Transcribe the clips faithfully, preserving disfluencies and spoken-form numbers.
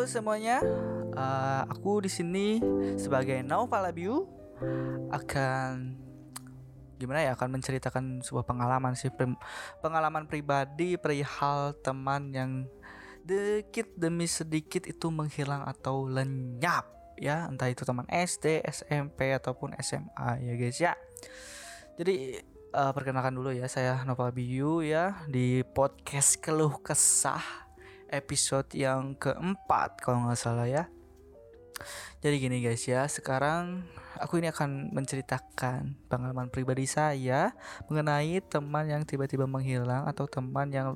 semuanya, uh, aku di sini sebagai Naufalabiu akan gimana ya akan menceritakan sebuah pengalaman sih pengalaman pribadi perihal teman yang sedikit demi sedikit itu menghilang atau lenyap ya, entah itu teman S D, S M P ataupun S M A ya guys ya. Jadi uh, perkenalkan dulu ya, saya Naufalabiu ya di podcast Keluh Kesah episode yang keempat kalau nggak salah ya. Jadi gini guys ya, sekarang aku ini akan menceritakan pengalaman pribadi saya mengenai teman yang tiba-tiba menghilang atau teman yang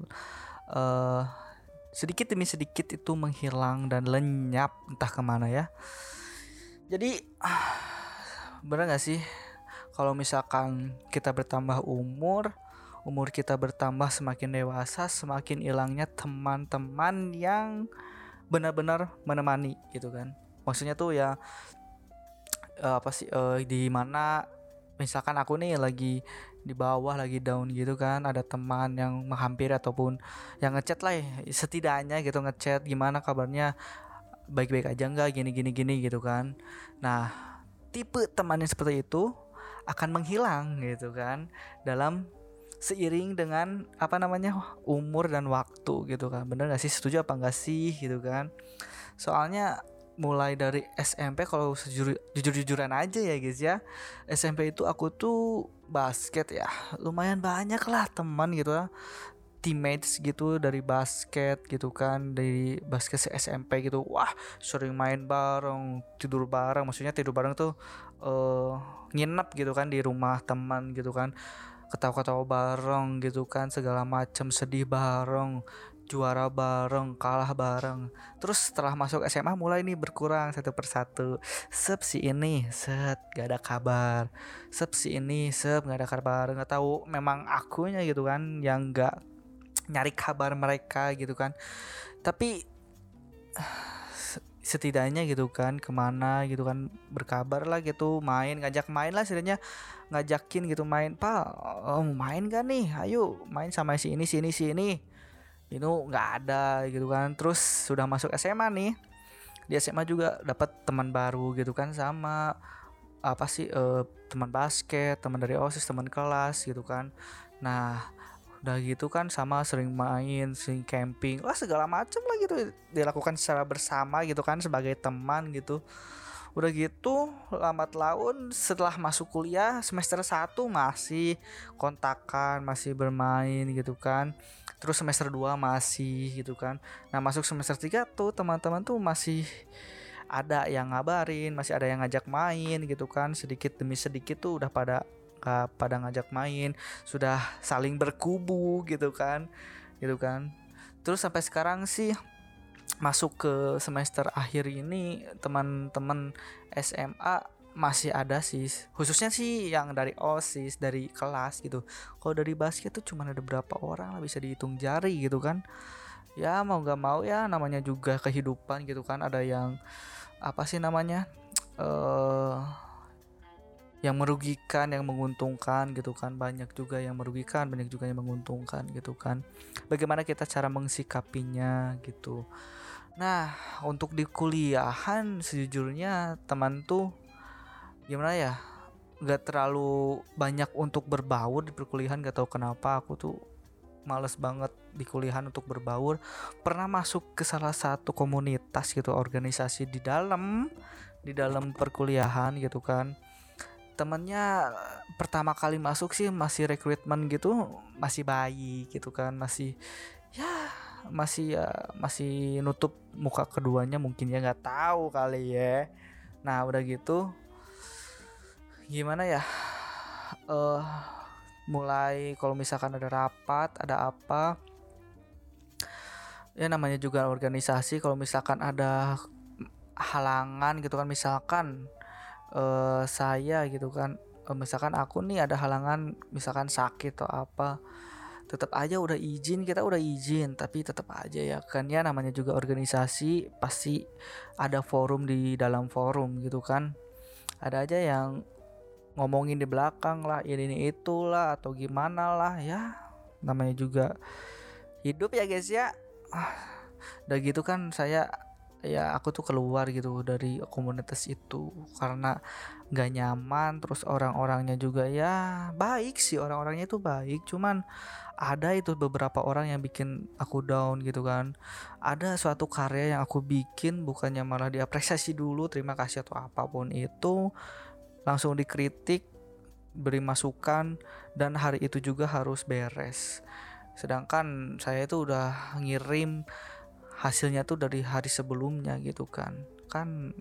uh, sedikit demi sedikit itu menghilang dan lenyap entah kemana ya. Jadi benar gak sih kalau misalkan kita bertambah umur, umur kita bertambah semakin dewasa, semakin hilangnya teman-teman yang benar-benar menemani gitu kan. Maksudnya tuh ya uh, apa sih uh, di mana misalkan aku nih lagi di bawah, lagi down gitu kan, ada teman yang menghampiri ataupun yang ngechat lah ya, setidaknya gitu ngechat, gimana kabarnya, baik-baik aja nggak, gini-gini gini gitu kan. Nah, tipe teman yang seperti itu akan menghilang gitu kan dalam seiring dengan apa namanya umur dan waktu gitu kan. Bener gak sih, setuju apa enggak sih gitu kan. Soalnya mulai dari S M P, kalau sejujur, jujur-jujuran aja ya guys ya, S M P itu aku tuh basket ya, lumayan banyak lah teman gitu lah, teammates gitu dari basket gitu kan, dari basket S M P gitu. Wah, sering main bareng, tidur bareng, maksudnya tidur bareng tuh uh, nginep gitu kan di rumah teman gitu kan, ketawa-ketawa bareng gitu kan, segala macam, sedih bareng, juara bareng, kalah bareng. Terus setelah masuk S M A mulai nih berkurang satu persatu. Sep si ini, set gak ada kabar. Sep si ini, sep gak ada kabar. Gak tahu memang akunya gitu kan yang gak nyari kabar mereka gitu kan. Tapi setidaknya gitu kan kemana gitu kan berkabar lah gitu, main, ngajak main lah setidaknya, ngajakin gitu main, pak oh, main gak nih, ayo main sama si ini si ini si ini itu nggak ada gitu kan. Terus sudah masuk S M A nih, di S M A juga dapat teman baru gitu kan, sama apa sih uh, teman basket, teman dari OSIS, teman kelas gitu kan. Nah udah gitu kan sama sering main, sering camping lah, segala macam lah gitu dilakukan secara bersama gitu kan sebagai teman gitu. Udah gitu lambat laun setelah masuk kuliah semester satu masih kontakan, masih bermain gitu kan. Terus semester dua masih gitu kan. Nah masuk semester tiga tuh teman-teman tuh masih ada yang ngabarin, masih ada yang ngajak main gitu kan. Sedikit demi sedikit tuh udah pada pada ngajak main, sudah saling berkubu gitu kan, gitu kan. Terus sampai sekarang sih masuk ke semester akhir ini, teman-teman S M A masih ada sih, khususnya sih yang dari OSIS, dari kelas gitu. Kalau dari basket tuh cuma ada berapa orang lah, bisa dihitung jari gitu kan. Ya mau gak mau ya namanya juga kehidupan gitu kan, ada yang apa sih namanya uh, yang merugikan, yang menguntungkan gitu kan. Banyak juga yang merugikan, banyak juga yang menguntungkan gitu kan. Bagaimana kita cara mengsikapinya gitu. Nah untuk di kuliahan sejujurnya teman tuh gimana ya, gak terlalu banyak untuk berbaur di perkuliahan. Gak tahu kenapa aku tuh males banget di kuliahan untuk berbaur. Pernah masuk ke salah satu komunitas gitu, organisasi di dalam di dalam perkuliahan gitu kan. Temennya pertama kali masuk sih masih rekrutmen gitu, masih bayi gitu kan, masih ya masih ya masih nutup muka keduanya mungkin ya, nggak tahu kali ya. Nah udah gitu gimana ya, uh, mulai kalau misalkan ada rapat, ada apa ya, namanya juga organisasi, kalau misalkan ada halangan gitu kan, misalkan Uh, saya gitu kan, uh, misalkan aku nih ada halangan, misalkan sakit atau apa, tetap aja udah izin, kita udah izin, tapi tetap aja ya kan ya, namanya juga organisasi pasti ada forum di dalam forum gitu kan. Ada aja yang ngomongin di belakang lah, ini, ini itulah atau gimana lah ya, namanya juga hidup ya guys ya. Udah gitu kan saya ya aku tuh keluar gitu dari komunitas itu karena nggak nyaman. Terus orang-orangnya juga ya baik sih, orang-orangnya itu baik, cuman ada itu beberapa orang yang bikin aku down gitu kan. Ada suatu karya yang aku bikin bukannya malah diapresiasi dulu, terima kasih atau apapun itu, langsung dikritik, beri masukan, dan hari itu juga harus beres. Sedangkan saya itu udah ngirim hasilnya tuh dari hari sebelumnya gitu kan. Kan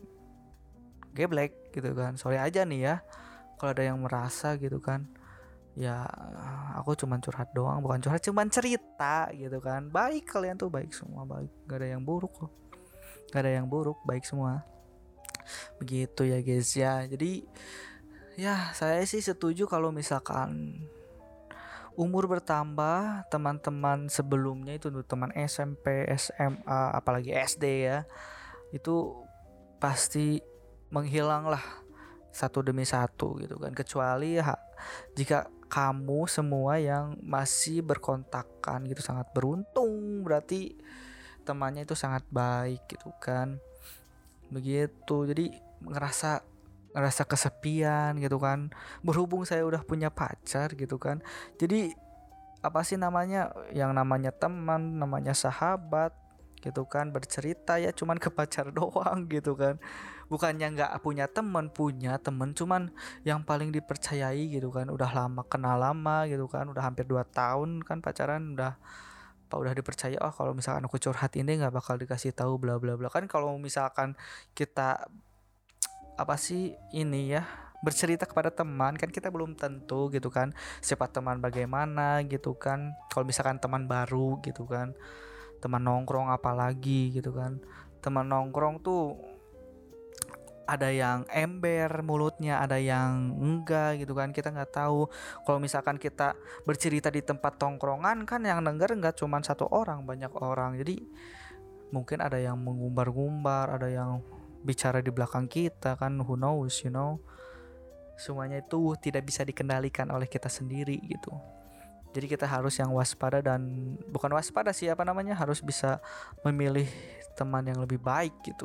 geblek gitu kan. Sorry aja nih ya kalau ada yang merasa gitu kan. Ya aku cuman curhat doang, bukan curhat, cuman cerita gitu kan. Baik, kalian tuh baik semua, baik, gak ada yang buruk loh, gak ada yang buruk, baik semua. Begitu ya guys ya. Jadi ya saya sih setuju kalau misalkan umur bertambah, teman-teman sebelumnya itu teman S M P, S M A, apalagi S D ya, itu pasti menghilang lah satu demi satu gitu kan. Kecuali ya, jika kamu semua yang masih berkontakkan gitu sangat beruntung, berarti temannya itu sangat baik gitu kan. Begitu. Jadi ngerasa ngerasa kesepian gitu kan. Berhubung saya udah punya pacar gitu kan. Jadi apa sih namanya, yang namanya teman, namanya sahabat gitu kan, bercerita ya cuman ke pacar doang gitu kan. Bukannya nggak punya teman, punya teman, cuman yang paling dipercayai gitu kan. Udah lama kenal lama gitu kan, udah hampir dua tahun kan pacaran, udah apa udah dipercaya. Oh kalau misalkan aku curhat ini nggak bakal dikasih tahu bla bla bla kan. Kalau misalkan kita apa sih ini ya, bercerita kepada teman kan, kita belum tentu gitu kan siapa teman bagaimana gitu kan. Kalau misalkan teman baru gitu kan, teman nongkrong apalagi gitu kan, teman nongkrong tuh ada yang ember mulutnya, ada yang enggak gitu kan, kita nggak tahu. Kalau misalkan kita bercerita di tempat tongkrongan kan, yang denger nggak cuma satu orang, banyak orang. Jadi mungkin ada yang mengumbar-ngumbar, ada yang bicara di belakang kita kan, who knows, you know. Semuanya itu tidak bisa dikendalikan oleh kita sendiri gitu. Jadi kita harus yang waspada, dan bukan waspada sih, apa namanya, harus bisa memilih teman yang lebih baik gitu.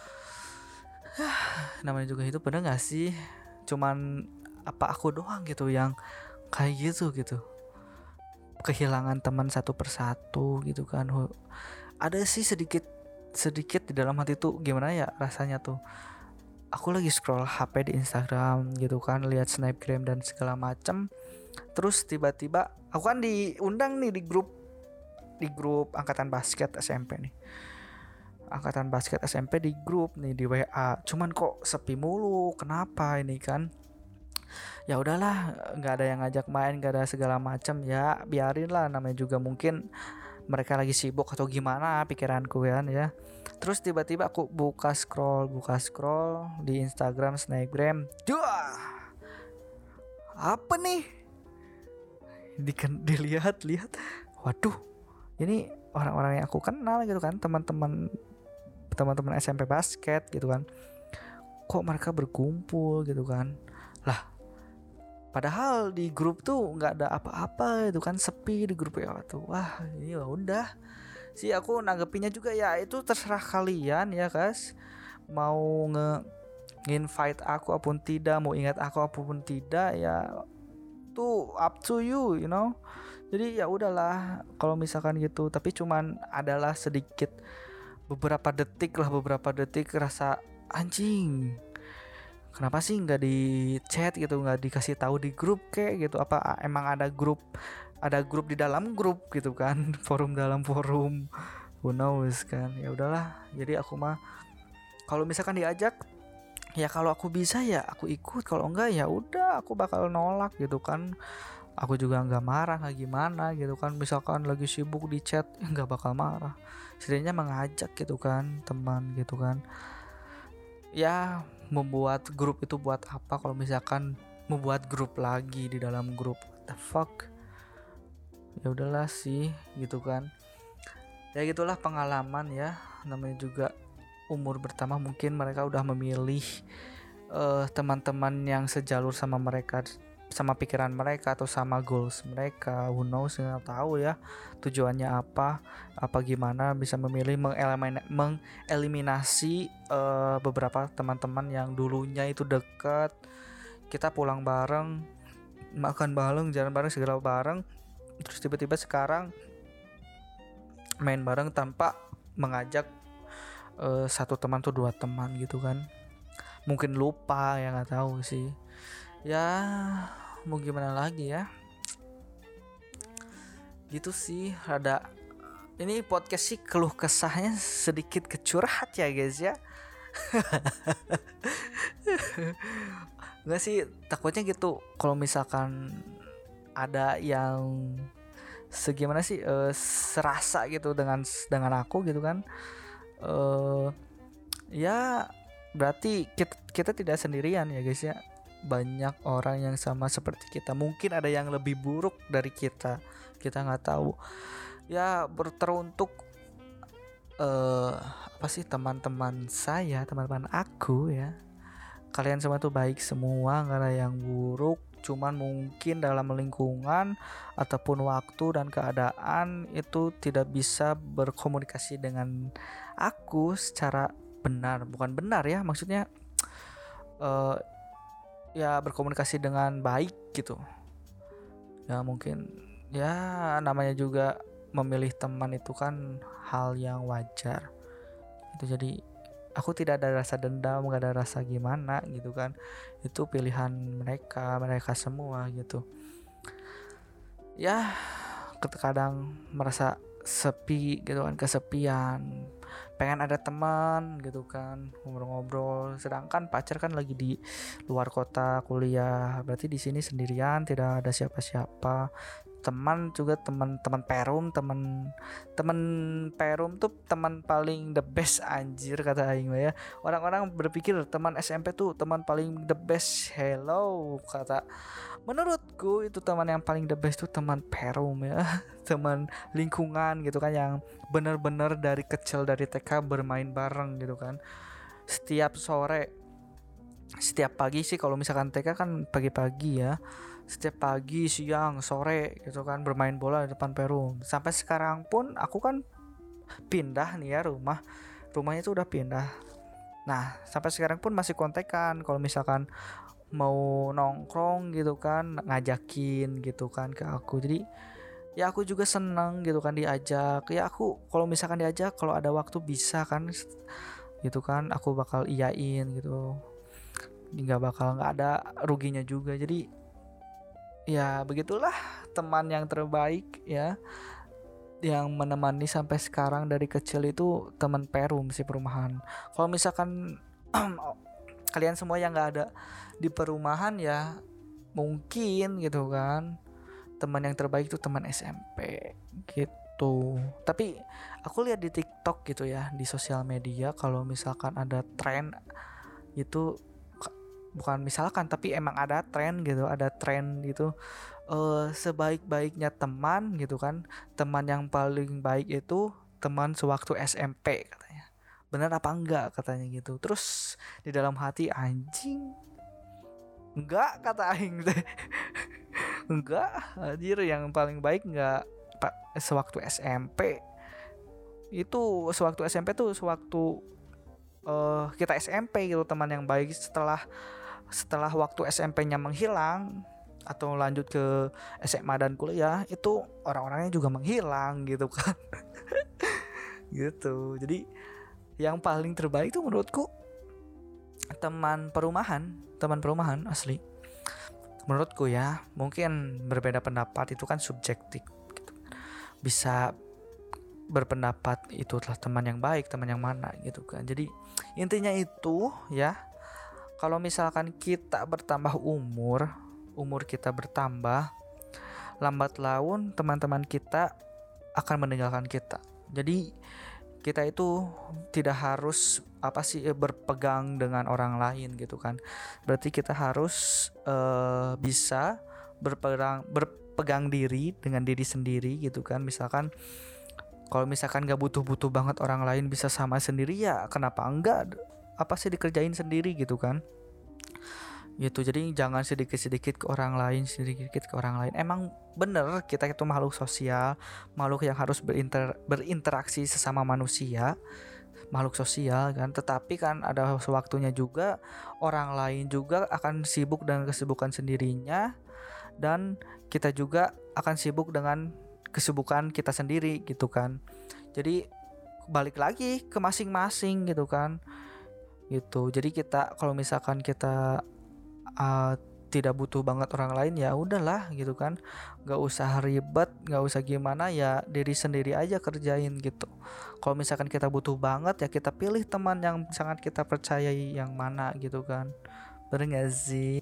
Namanya juga hidup, bener gak sih? Cuman apa aku doang gitu yang kayak gitu gitu, kehilangan teman satu persatu gitu kan. Ada sih sedikit sedikit di dalam hati tuh gimana ya rasanya tuh. Aku lagi scroll H P di Instagram gitu kan, lihat snapgram dan segala macam. Terus tiba-tiba aku kan diundang nih di grup di grup angkatan basket S M P nih. Angkatan basket S M P di grup nih di W A. Cuman kok sepi mulu. Kenapa ini kan? Ya udahlah, nggak ada yang ngajak main, nggak ada segala macam, ya biarin lah, namanya juga mungkin mereka lagi sibuk atau gimana pikiranku kan ya. Terus tiba-tiba aku buka scroll buka scroll di Instagram, snapgram, duh, apa nih, Di- dilihat-lihat, waduh, ini orang-orang yang aku kenal gitu kan, teman-teman teman-teman S M P basket gitu kan. Kok mereka berkumpul gitu kan. Lah, padahal di grup tuh nggak ada apa-apa itu kan, sepi di grup ya tuh. Wah, ini ya udah sih, aku nanggepinnya juga ya itu terserah kalian ya guys, mau nge invite aku apapun tidak, mau ingat aku apapun tidak, ya tuh up to you, you know. Jadi ya udahlah kalau misalkan gitu. Tapi cuman adalah sedikit beberapa detik lah, beberapa detik rasa anjing, kenapa sih nggak di chat gitu, nggak dikasih tahu di grup kayak gitu. Apa emang ada grup ada grup di dalam grup gitu kan, forum dalam forum, who knows kan. Ya udahlah, jadi aku mah kalau misalkan diajak ya kalau aku bisa ya aku ikut, kalau enggak ya udah aku bakal nolak gitu kan. Aku juga nggak marah, nggak gimana gitu kan. Misalkan lagi sibuk di chat nggak bakal marah, setidaknya mengajak gitu kan teman gitu kan. Ya membuat grup itu buat apa kalau misalkan membuat grup lagi di dalam grup, what the fuck. Ya udahlah sih gitu kan. Ya gitulah pengalaman ya, namanya juga umur bertambah, mungkin mereka udah memilih uh, teman-teman yang sejalur sama mereka sama pikiran mereka atau sama goals mereka. Who knows, nggak tahu ya tujuannya apa, apa gimana bisa memilih mengelimin- mengeliminasi uh, beberapa teman-teman yang dulunya itu dekat, kita pulang bareng, makan bareng, jalan bareng, segala bareng, terus tiba-tiba sekarang main bareng tanpa mengajak uh, satu teman tuh dua teman gitu kan. Mungkin lupa ya, nggak tahu sih ya, mau gimana lagi ya, gitu sih. Ada ini podcast sih keluh kesahnya sedikit kecurhat ya guys ya. Nggak sih, takutnya gitu kalau misalkan ada yang segimana sih uh, serasa gitu dengan dengan aku gitu kan, uh, ya berarti kita, kita tidak sendirian ya guys ya. Banyak orang yang sama seperti kita, mungkin ada yang lebih buruk dari kita, kita nggak tahu ya. Teruntuk uh, apa sih teman-teman saya, teman-teman aku ya, kalian semua tuh baik semua, nggak ada yang buruk. Cuman mungkin dalam lingkungan ataupun waktu dan keadaan itu tidak bisa berkomunikasi dengan aku secara benar, bukan benar ya, maksudnya uh, ya berkomunikasi dengan baik gitu ya. Mungkin ya namanya juga memilih teman itu kan hal yang wajar itu. Jadi aku tidak ada rasa dendam, gak ada rasa gimana gitu kan, itu pilihan mereka, mereka semua gitu ya. Kadang merasa sepi gitu kan, kesepian, pengen ada teman gitu kan, ngobrol-ngobrol. Sedangkan pacar kan lagi di luar kota kuliah, berarti di sini sendirian, tidak ada siapa-siapa. Teman juga teman-teman perum, teman teman perum tuh teman paling the best anjir kata aing ya. Orang-orang berpikir teman S M P tuh teman paling the best. Hello, kata menurutku itu teman yang paling the best tuh teman perum ya. Teman lingkungan gitu kan, yang benar-benar dari kecil, dari T K bermain bareng gitu kan. Setiap sore, setiap pagi sih kalau misalkan T K kan pagi-pagi ya, setiap pagi, siang, sore gitu kan bermain bola di depan perum. Sampai sekarang pun aku kan pindah nih ya, rumah rumahnya itu udah pindah. Nah sampai sekarang pun masih kontekan, kalau misalkan mau nongkrong gitu kan ngajakin gitu kan ke aku. Jadi ya aku juga seneng gitu kan diajak. Ya aku kalau misalkan diajak, kalau ada waktu bisa kan gitu kan, aku bakal iyain gitu, nggak bakal nggak ada ruginya juga. Jadi ya begitulah teman yang terbaik ya, yang menemani sampai sekarang dari kecil itu teman perum sih, perumahan. Kalau misalkan kalian semua yang nggak ada di perumahan ya mungkin gitu kan, teman yang terbaik itu teman S M P gitu. Tapi aku lihat di TikTok gitu ya, di sosial media, kalau misalkan ada tren itu, bukan misalkan tapi emang ada tren gitu, ada tren gitu, uh, sebaik-baiknya teman gitu kan, teman yang paling baik itu teman sewaktu S M P katanya. Benar apa enggak katanya gitu. Terus di dalam hati, anjing, enggak kata aing teh. Enggak, anjir, yang paling baik enggak pak sewaktu S M P. Itu sewaktu S M P tuh sewaktu uh, kita S M P gitu, teman yang baik. Setelah setelah waktu S M P-nya menghilang atau lanjut ke S M A dan kuliah, itu orang-orangnya juga menghilang gitu kan. Gitu. Jadi yang paling terbaik itu menurutku teman perumahan, teman perumahan asli. Menurutku ya, mungkin berbeda pendapat itu kan subjektif gitu. Bisa berpendapat itu adalah teman yang baik, teman yang mana gitu kan. Jadi intinya itu ya, kalau misalkan kita bertambah umur, umur kita bertambah, lambat laun teman-teman kita akan meninggalkan kita. Jadi kita itu tidak harus apa sih berpegang dengan orang lain gitu kan. Berarti kita harus uh, bisa berpegang berpegang diri dengan diri sendiri gitu kan. Misalkan kalau misalkan gak butuh-butuh banget orang lain, bisa sama sendiri, ya kenapa enggak, apa sih dikerjain sendiri gitu kan. gitu. Jadi jangan sedikit-sedikit ke orang lain, sedikit-sedikit ke orang lain. Emang bener kita itu makhluk sosial, makhluk yang harus berinter, berinteraksi sesama manusia, makhluk sosial kan. Tetapi kan ada sewaktunya juga orang lain juga akan sibuk dengan kesibukan sendirinya, dan kita juga akan sibuk dengan kesibukan kita sendiri gitu kan. Jadi balik lagi ke masing-masing gitu kan. Gitu. Jadi kita kalau misalkan kita uh, tidak butuh banget orang lain, ya udahlah gitu kan, nggak usah ribet, nggak usah gimana, ya diri sendiri aja kerjain gitu. Kalau misalkan kita butuh banget, ya kita pilih teman yang sangat kita percayai yang mana gitu kan, bener nggak sih?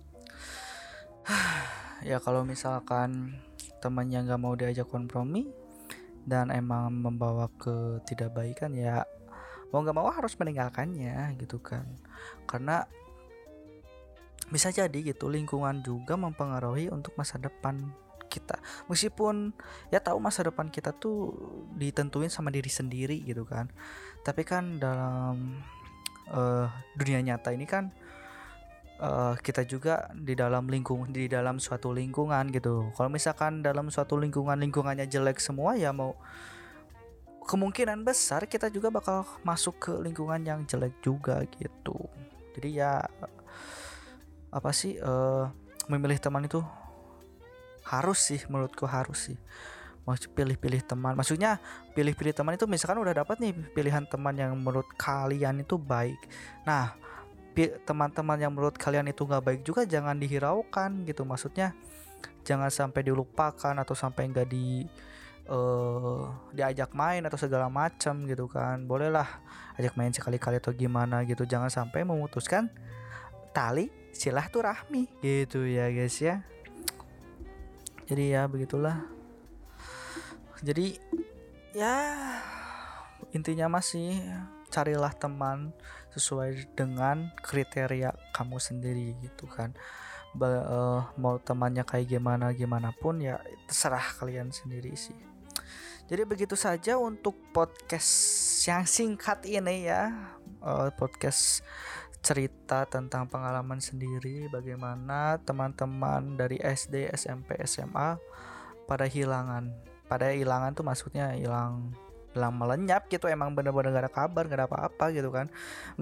Ya kalau misalkan temannya nggak mau diajak kompromi dan emang membawa ke tidak baikan, ya mau nggak mau harus meninggalkannya gitu kan. Karena bisa jadi gitu lingkungan juga mempengaruhi untuk masa depan kita, meskipun ya tahu masa depan kita tuh ditentuin sama diri sendiri gitu kan. Tapi kan dalam uh, dunia nyata ini kan uh, kita juga di dalam lingkung di dalam suatu lingkungan gitu. Kalau misalkan dalam suatu lingkungan lingkungannya jelek semua, ya mau kemungkinan besar kita juga bakal masuk ke lingkungan yang jelek juga gitu. Jadi ya apa sih uh, memilih teman itu harus sih, menurutku harus sih. Mau pilih-pilih teman, maksudnya pilih-pilih teman itu misalkan udah dapat nih pilihan teman yang menurut kalian itu baik. Nah, pi- teman-teman yang menurut kalian itu nggak baik juga jangan dihiraukan gitu. Maksudnya jangan sampai dilupakan atau sampai nggak di uh, diajak main atau segala macam gitu kan. Bolehlah ajak main sekali-kali atau gimana gitu. Jangan sampai memutuskan tali silaturahmi gitu ya guys ya. Jadi ya begitulah. Jadi ya intinya masih carilah teman sesuai dengan kriteria kamu sendiri gitu kan. Ba- uh, mau temannya kayak gimana gimana pun ya terserah kalian sendiri sih. Jadi begitu saja untuk podcast yang singkat ini ya, uh, podcast cerita tentang pengalaman sendiri, bagaimana teman-teman dari S D, S M P, S M A pada hilangan. Pada hilangan tuh maksudnya hilang hilang melenyap gitu, emang bener-bener gak ada kabar, gak ada apa-apa gitu kan.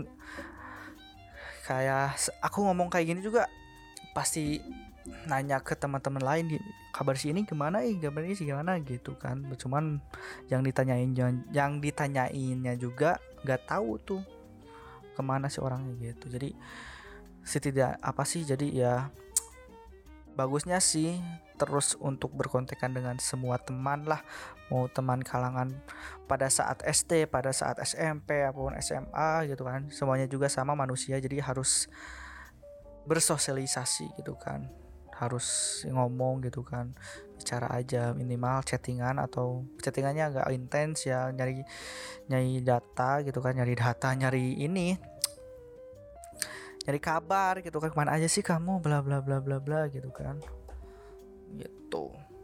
Kayak aku ngomong kayak gini juga pasti nanya ke teman-teman lain, kabar si ini gimana eh kabar ini sih gimana gitu kan. Cuman yang ditanyain yang ditanyainnya juga nggak tahu tuh kemana sih orangnya gitu. Jadi setidak apa sih, jadi ya bagusnya sih terus untuk berkontekan dengan semua teman lah, mau teman kalangan pada saat S D, pada saat S M P ataupun S M A gitu kan, semuanya juga sama manusia, jadi harus bersosialisasi gitu kan, harus ngomong gitu kan, bicara aja, minimal chattingan atau chattingannya agak intens ya, nyari nyari data gitu kan, nyari data nyari ini nyari kabar gitu kan, kemana aja sih kamu bla bla bla bla bla gitu kan gitu.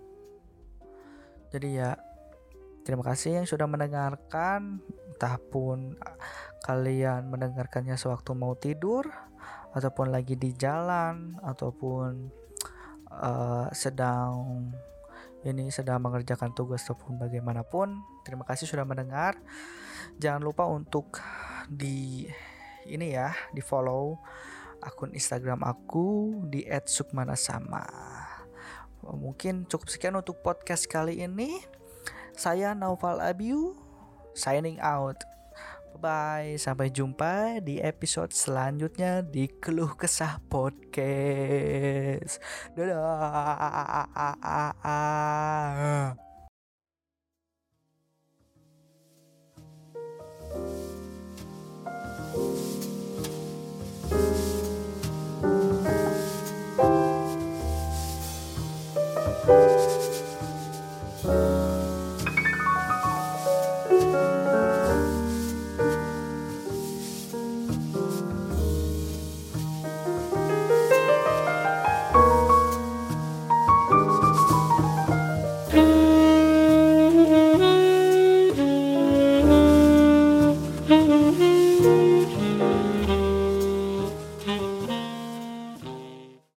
Jadi ya terima kasih yang sudah mendengarkan, entah pun kalian mendengarkannya sewaktu mau tidur ataupun lagi di jalan ataupun uh, sedang ini sedang mengerjakan tugas ataupun bagaimanapun. Terima kasih sudah mendengar. Jangan lupa untuk di ini ya, di follow akun Instagram aku di et sukmanasama. Mungkin cukup sekian untuk podcast kali ini. Saya Naufal Abiu signing out. Bye, sampai jumpa di episode selanjutnya di Keluh Kesah Podcast. Dadah.